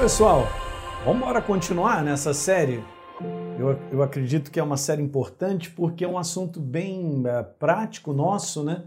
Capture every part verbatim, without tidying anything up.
pessoal, vamos embora continuar nessa série. Eu, eu acredito que é uma série importante porque é um assunto bem é, prático nosso, né?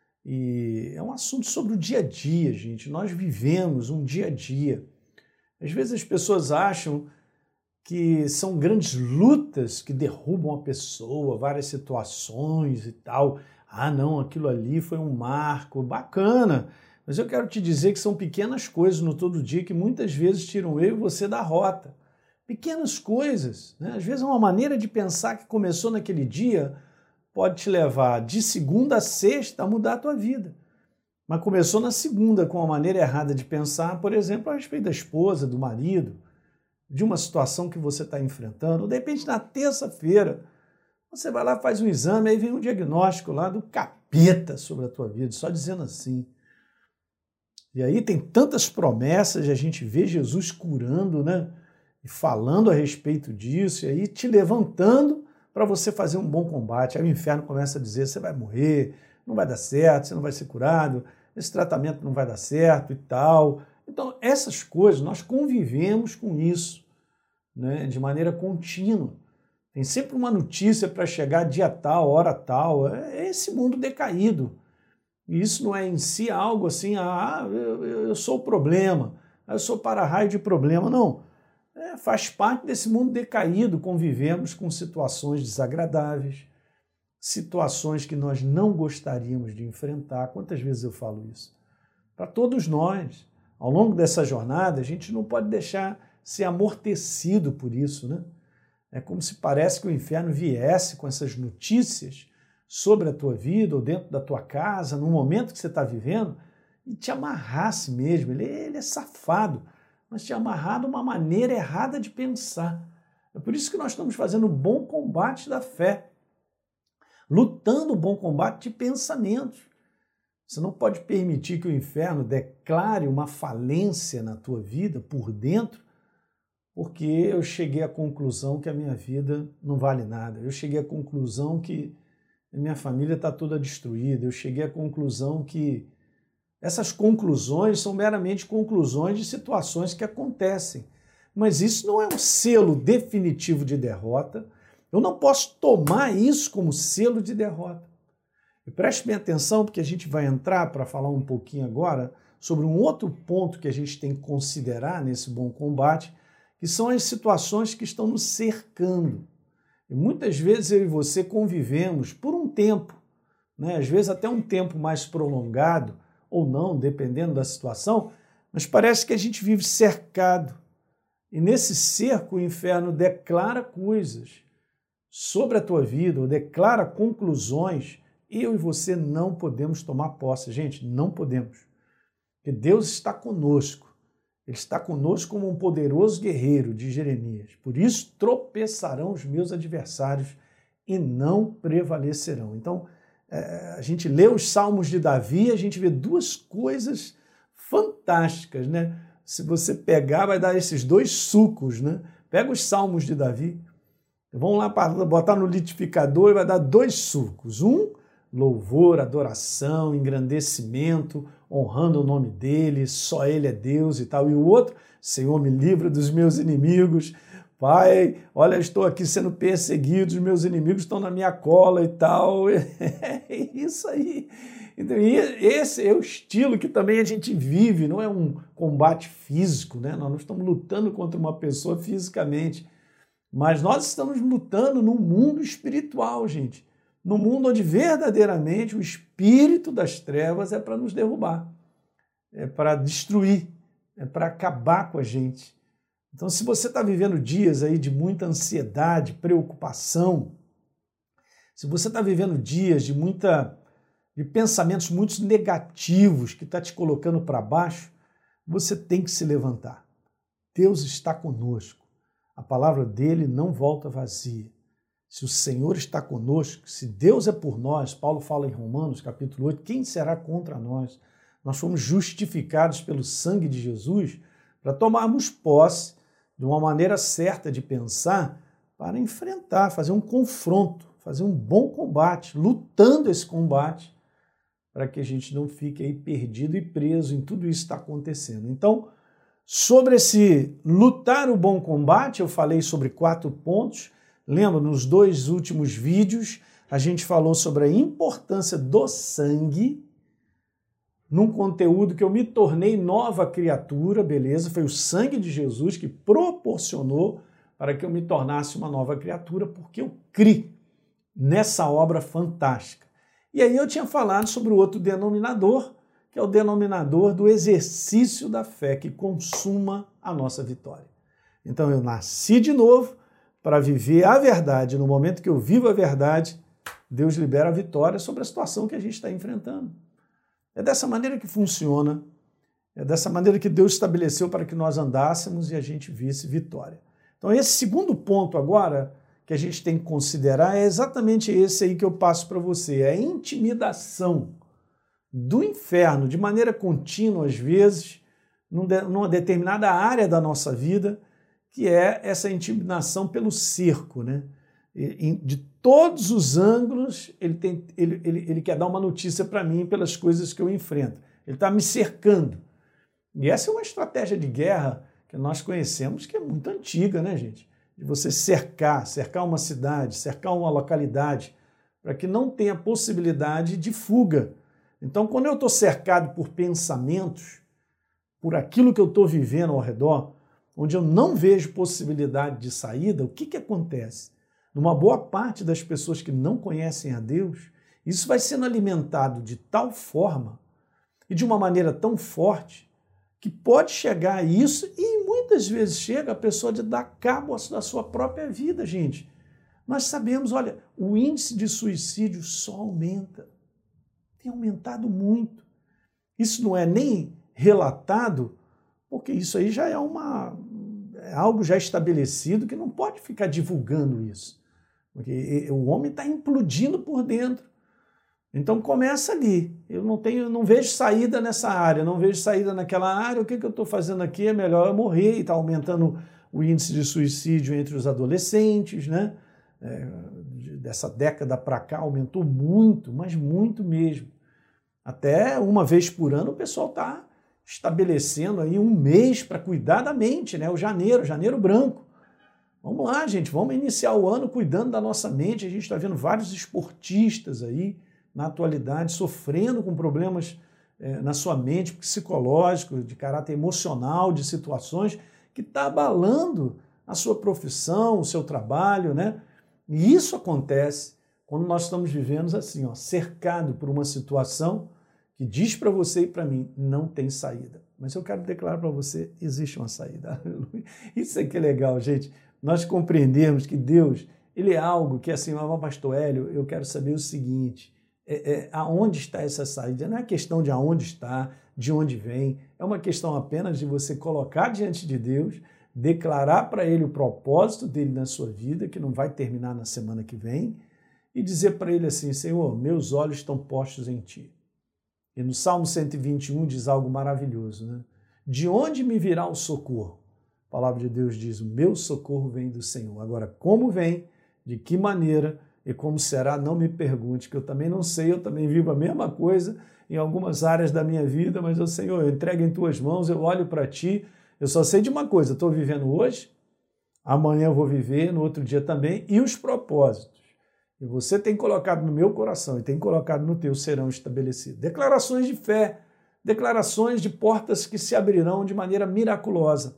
E é um assunto sobre o dia a dia, gente. Nós vivemos um dia a dia. Às vezes as pessoas acham que são grandes lutas que derrubam a pessoa, várias situações e tal. Ah, não, aquilo ali foi um marco, bacana. Mas eu quero te dizer que são pequenas coisas no todo dia que muitas vezes tiram eu e você da rota. Pequenas coisas, né? Às vezes uma maneira de pensar que começou naquele dia pode te levar de segunda a sexta a mudar a tua vida. Mas começou na segunda com uma maneira errada de pensar, por exemplo, a respeito da esposa, do marido, de uma situação que você está enfrentando. Ou de repente na terça-feira você vai lá, faz um exame, aí vem um diagnóstico lá do capeta sobre a tua vida, só dizendo assim. E aí tem tantas promessas de a gente ver Jesus curando, né? E falando a respeito disso, e aí te levantando para você fazer um bom combate. Aí o inferno começa a dizer, você vai morrer, não vai dar certo, você não vai ser curado, esse tratamento não vai dar certo e tal. Então, essas coisas, nós convivemos com isso, né? De maneira contínua. Tem sempre uma notícia para chegar dia tal, hora tal. É esse mundo decaído. E isso não é em si algo assim, ah, eu, eu sou o problema, eu sou para-raio de problema. Não, é, faz parte desse mundo decaído, convivemos com situações desagradáveis, situações que nós não gostaríamos de enfrentar. Quantas vezes eu falo isso? Para todos nós, ao longo dessa jornada, a gente não pode deixar ser amortecido por isso, né? É como se parece que o inferno viesse com essas notícias sobre a tua vida ou dentro da tua casa, no momento que você está vivendo, e te amarrasse mesmo. Ele, ele é safado, mas te amarrar de uma maneira errada de pensar. É por isso que nós estamos fazendo o bom combate da fé, lutando o bom combate de pensamentos. Você não pode permitir que o inferno declare uma falência na tua vida por dentro, porque eu cheguei à conclusão que a minha vida não vale nada. Eu cheguei à conclusão que minha família está toda destruída. Eu cheguei à conclusão que essas conclusões são meramente conclusões de situações que acontecem. Mas isso não é um selo definitivo de derrota. Eu não posso tomar isso como selo de derrota. E preste bem atenção, porque a gente vai entrar para falar um pouquinho agora sobre um outro ponto que a gente tem que considerar nesse bom combate, que são as situações que estão nos cercando. E muitas vezes eu e você convivemos por um tempo, né? Às vezes até um tempo mais prolongado, ou não, dependendo da situação, mas parece que a gente vive cercado. E nesse cerco o inferno declara coisas sobre a tua vida, ou declara conclusões, e eu e você não podemos tomar posse. Gente, não podemos. Porque Deus está conosco. Ele está conosco como um poderoso guerreiro, de Jeremias. Por isso tropeçarão os meus adversários e não prevalecerão. Então, é, a gente lê os Salmos de Davi, a gente vê duas coisas fantásticas, né? Se você pegar, vai dar esses dois sucos, né? Pega os Salmos de Davi, vamos lá para botar no liquidificador e vai dar dois sucos. Um, louvor, adoração, engrandecimento, honrando o nome dele, só ele é Deus e tal. E o outro, Senhor, me livra dos meus inimigos. Pai, olha, estou aqui sendo perseguido, os meus inimigos estão na minha cola e tal. É isso aí. Então, esse é o estilo que também a gente vive, não é um combate físico, né? Nós não estamos lutando contra uma pessoa fisicamente, mas nós estamos lutando num mundo espiritual, gente. No mundo onde verdadeiramente o espírito das trevas é para nos derrubar, é para destruir, é para acabar com a gente. Então, se você está vivendo dias aí de muita ansiedade, preocupação, se você está vivendo dias de, muita, de pensamentos muito negativos que está te colocando para baixo, você tem que se levantar. Deus está conosco. A palavra dele não volta vazia. Se o Senhor está conosco, se Deus é por nós, Paulo fala em Romanos, capítulo oito, quem será contra nós? Nós fomos justificados pelo sangue de Jesus para tomarmos posse de uma maneira certa de pensar para enfrentar, fazer um confronto, fazer um bom combate, lutando esse combate, para que a gente não fique aí perdido e preso em tudo isso que está acontecendo. Então, Sobre esse lutar o bom combate, eu falei sobre quatro pontos. Lembra, nos dois últimos vídeos, a gente falou sobre a importância do sangue, num conteúdo que eu me tornei nova criatura, beleza? Foi o sangue de Jesus que proporcionou para que eu me tornasse uma nova criatura, porque eu criei nessa obra fantástica. E aí eu tinha falado sobre o outro denominador, que é o denominador do exercício da fé, que consuma a nossa vitória. Então eu nasci de novo para viver a verdade. No momento que eu vivo a verdade, Deus libera a vitória sobre a situação que a gente está enfrentando. É dessa maneira que funciona, é dessa maneira que Deus estabeleceu para que nós andássemos e a gente visse vitória. Então esse segundo ponto agora que a gente tem que considerar é exatamente esse aí que eu passo para você, é a intimidação do inferno de maneira contínua, às vezes, numa determinada área da nossa vida, que é essa intimidação pelo cerco, né? De todos os ângulos, ele, tem, ele, ele, ele quer dar uma notícia para mim pelas coisas que eu enfrento. Ele está me cercando. E essa é uma estratégia de guerra que nós conhecemos, que é muito antiga, né, gente? De você cercar, cercar uma cidade, cercar uma localidade, para que não tenha possibilidade de fuga. Então, quando eu estou cercado por pensamentos, por aquilo que eu estou vivendo ao redor, onde eu não vejo possibilidade de saída, o que, que acontece? Numa boa parte das pessoas que não conhecem a Deus, isso vai sendo alimentado de tal forma e de uma maneira tão forte que pode chegar a isso e muitas vezes chega a pessoa de dar cabo da sua própria vida, gente. Nós sabemos, olha, o índice de suicídio só aumenta. Tem aumentado muito. Isso não é nem relatado, porque isso aí já é, uma, é algo já estabelecido que não pode ficar divulgando isso. Porque o homem está implodindo por dentro. Então começa ali. Eu não tenho, não vejo saída nessa área, não vejo saída naquela área. O que, que eu estou fazendo aqui? É melhor eu morrer. E está aumentando o índice de suicídio entre os adolescentes, né? É, dessa década para cá aumentou muito, mas muito mesmo. Até uma vez por ano o pessoal está estabelecendo aí um mês para cuidar da mente, né? O janeiro, janeiro branco. Vamos lá, gente, vamos iniciar o ano cuidando da nossa mente. A gente está vendo vários esportistas aí, na atualidade, sofrendo com problemas é, na sua mente, psicológico, de caráter emocional, de situações que está abalando a sua profissão, o seu trabalho, né? E isso acontece quando nós estamos vivendo assim, ó, cercado por uma situação que diz para você e para mim, não tem saída. Mas eu quero declarar para você, existe uma saída. Isso é que é legal, gente. Nós compreendemos que Deus, ele é algo que, assim, mas pastor Hélio, eu quero saber o seguinte, é, é, aonde está essa saída? Não é questão de aonde está, de onde vem, é uma questão apenas de você colocar diante de Deus, declarar para ele o propósito dele na sua vida, que não vai terminar na semana que vem, e dizer para ele assim, Senhor, meus olhos estão postos em ti. E no Salmo cento e vinte e um diz algo maravilhoso, né? De onde me virá o socorro? A palavra de Deus diz, o meu socorro vem do Senhor. Agora, como vem, de que maneira e como será, não me pergunte, que eu também não sei, eu também vivo a mesma coisa em algumas áreas da minha vida, mas, eu, Senhor, eu entrego em tuas mãos, eu olho para ti, eu só sei de uma coisa, estou vivendo hoje, amanhã eu vou viver, no outro dia também, e os propósitos. E você tem colocado no meu coração e tem colocado no teu serão estabelecidos. Declarações de fé, declarações de portas que se abrirão de maneira miraculosa.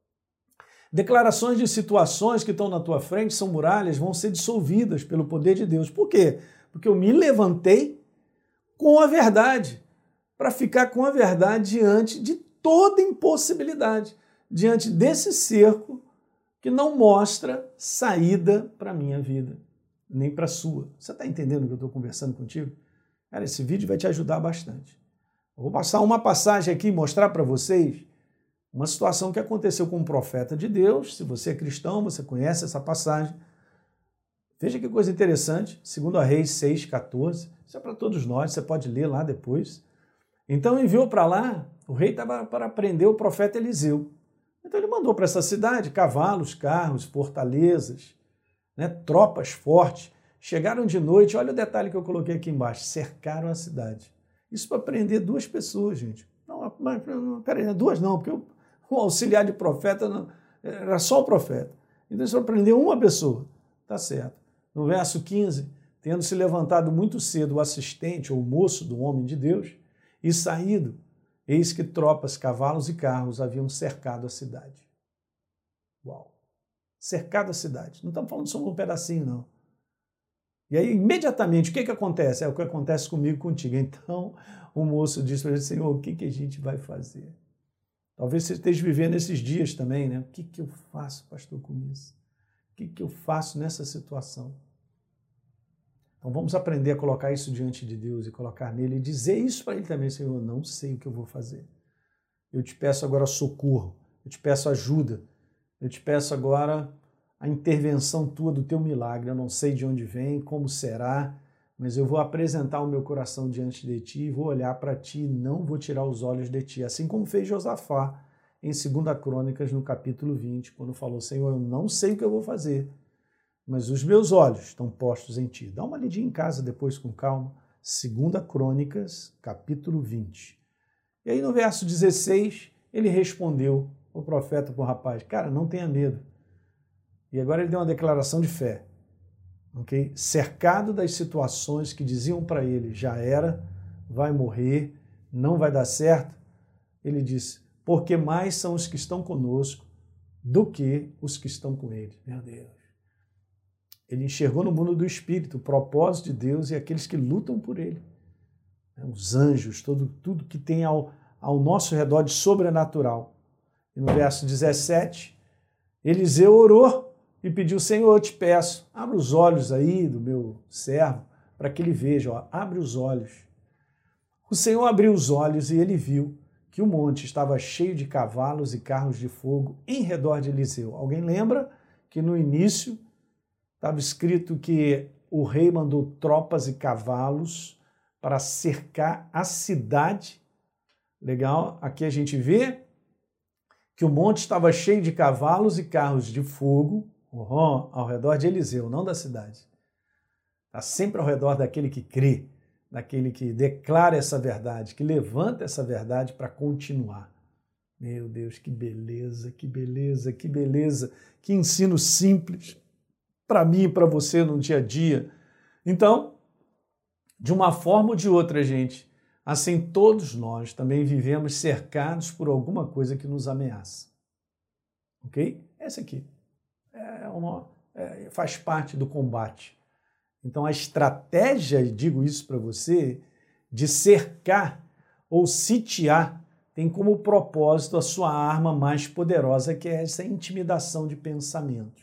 Declarações de situações que estão na tua frente, são muralhas, vão ser dissolvidas pelo poder de Deus. Por quê? Porque eu me levantei com a verdade, para ficar com a verdade diante de toda impossibilidade, diante desse cerco que não mostra saída para a minha vida, nem para a sua. Você está entendendo o que eu estou conversando contigo? Cara, esse vídeo vai te ajudar bastante. Eu vou passar uma passagem aqui e mostrar para vocês uma situação que aconteceu com um profeta de Deus. Se você é cristão, você conhece essa passagem. Veja que coisa interessante, segundo a Reis seis, quatorze. Isso é para todos nós, você pode ler lá depois. Então enviou para lá, o rei estava para prender o profeta Eliseu. Então ele mandou para essa cidade cavalos, carros, fortalezas, né, tropas fortes. Chegaram de noite, olha o detalhe que eu coloquei aqui embaixo, cercaram a cidade. Isso para prender duas pessoas, gente. Não, mas, peraí, duas não, porque o, O auxiliar de profeta não, era só o profeta. Então eles foram prender uma pessoa. Tá certo. No verso quinze, tendo se levantado muito cedo o assistente ou o moço do homem de Deus e saído, eis que tropas, cavalos e carros haviam cercado a cidade. Uau! Cercado a cidade. Não estamos falando só um pedacinho, não. E aí, imediatamente, o que, que acontece? É o que acontece comigo e contigo. Então, o moço disse para ele, Senhor, o que, que a gente vai fazer? Talvez você esteja vivendo esses dias também, né? O que, que eu faço, pastor, com isso? O que, que eu faço nessa situação? Então, vamos aprender a colocar isso diante de Deus e colocar nele e dizer isso para ele também, Senhor, eu não sei o que eu vou fazer. Eu te peço agora socorro, eu te peço ajuda, eu te peço agora a intervenção tua do teu milagre. Eu não sei de onde vem, como será, mas eu vou apresentar o meu coração diante de ti e vou olhar para ti e não vou tirar os olhos de ti. Assim como fez Josafá em segunda Crônicas, no capítulo vinte, quando falou, Senhor, eu não sei o que eu vou fazer, mas os meus olhos estão postos em ti. Dá uma lidinha em casa depois com calma. segunda Crônicas, capítulo vinte. E aí no verso dezesseis, ele respondeu, o profeta para o rapaz, cara, não tenha medo. E agora ele deu uma declaração de fé, ok? Cercado das situações que diziam para ele, já era, vai morrer, não vai dar certo, ele disse, porque mais são os que estão conosco do que os que estão com ele. Meu Deus. Ele enxergou no mundo do Espírito o propósito de Deus e aqueles que lutam por ele. Os anjos, todo, tudo que tem ao, ao nosso redor de sobrenatural. E no verso dezessete, Eliseu orou e pediu, Senhor, eu te peço, abre os olhos aí do meu servo, para que ele veja, ó, abre os olhos. O Senhor abriu os olhos e ele viu que o monte estava cheio de cavalos e carros de fogo em redor de Eliseu. Alguém lembra que no início estava escrito que o rei mandou tropas e cavalos para cercar a cidade? Legal, aqui a gente vê que o monte estava cheio de cavalos e carros de fogo, uhum, ao redor de Eliseu, não da cidade. Está sempre ao redor daquele que crê, daquele que declara essa verdade, que levanta essa verdade para continuar. Meu Deus, que beleza, que beleza, que beleza, que ensino simples para mim e para você no dia a dia. Então, de uma forma ou de outra, gente, assim todos nós também vivemos cercados por alguma coisa que nos ameaça. Ok? Essa aqui é uma, é, faz parte do combate. Então a estratégia, digo isso para você, de cercar ou sitiar tem como propósito a sua arma mais poderosa, que é essa intimidação de pensamentos.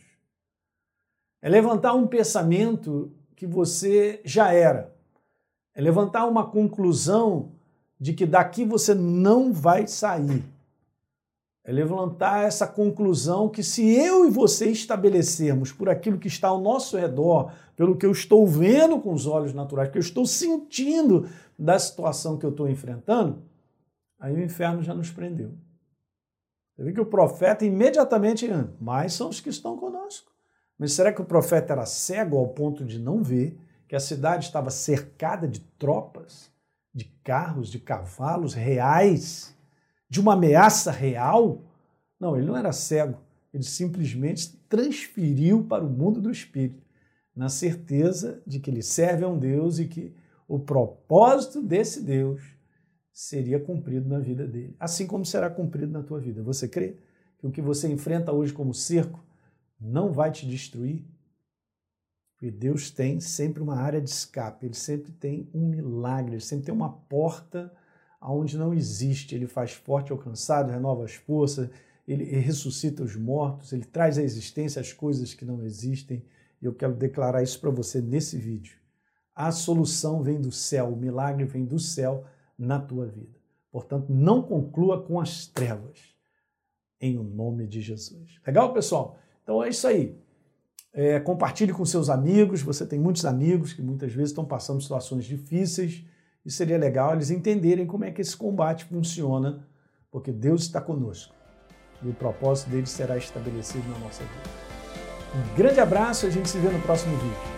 É levantar um pensamento que você já era. É levantar uma conclusão de que daqui você não vai sair. É levantar essa conclusão que se eu e você estabelecermos por aquilo que está ao nosso redor, pelo que eu estou vendo com os olhos naturais, que eu estou sentindo da situação que eu estou enfrentando, aí o inferno já nos prendeu. Você vê que o profeta imediatamente, mais são os que estão conosco. Mas será que o profeta era cego ao ponto de não ver que a cidade estava cercada de tropas, de carros, de cavalos reais, de uma ameaça real? Não, ele não era cego. Ele simplesmente transferiu para o mundo do Espírito, na certeza de que ele serve a um Deus e que o propósito desse Deus seria cumprido na vida dele, assim como será cumprido na tua vida. Você crê que o que você enfrenta hoje como cerco não vai te destruir? Porque Deus tem sempre uma área de escape, Ele sempre tem um milagre, Ele sempre tem uma porta onde não existe. Ele faz forte ao cansado, renova as forças, Ele ressuscita os mortos, Ele traz à existência as coisas que não existem. E eu quero declarar isso para você nesse vídeo. A solução vem do céu, o milagre vem do céu na tua vida. Portanto, não conclua com as trevas, em o nome de Jesus. Legal, pessoal? Então é isso aí. É, compartilhe com seus amigos. Você tem muitos amigos que muitas vezes estão passando situações difíceis e seria legal eles entenderem como é que esse combate funciona, porque Deus está conosco e o propósito dele será estabelecido na nossa vida. Um grande abraço e a gente se vê no próximo vídeo.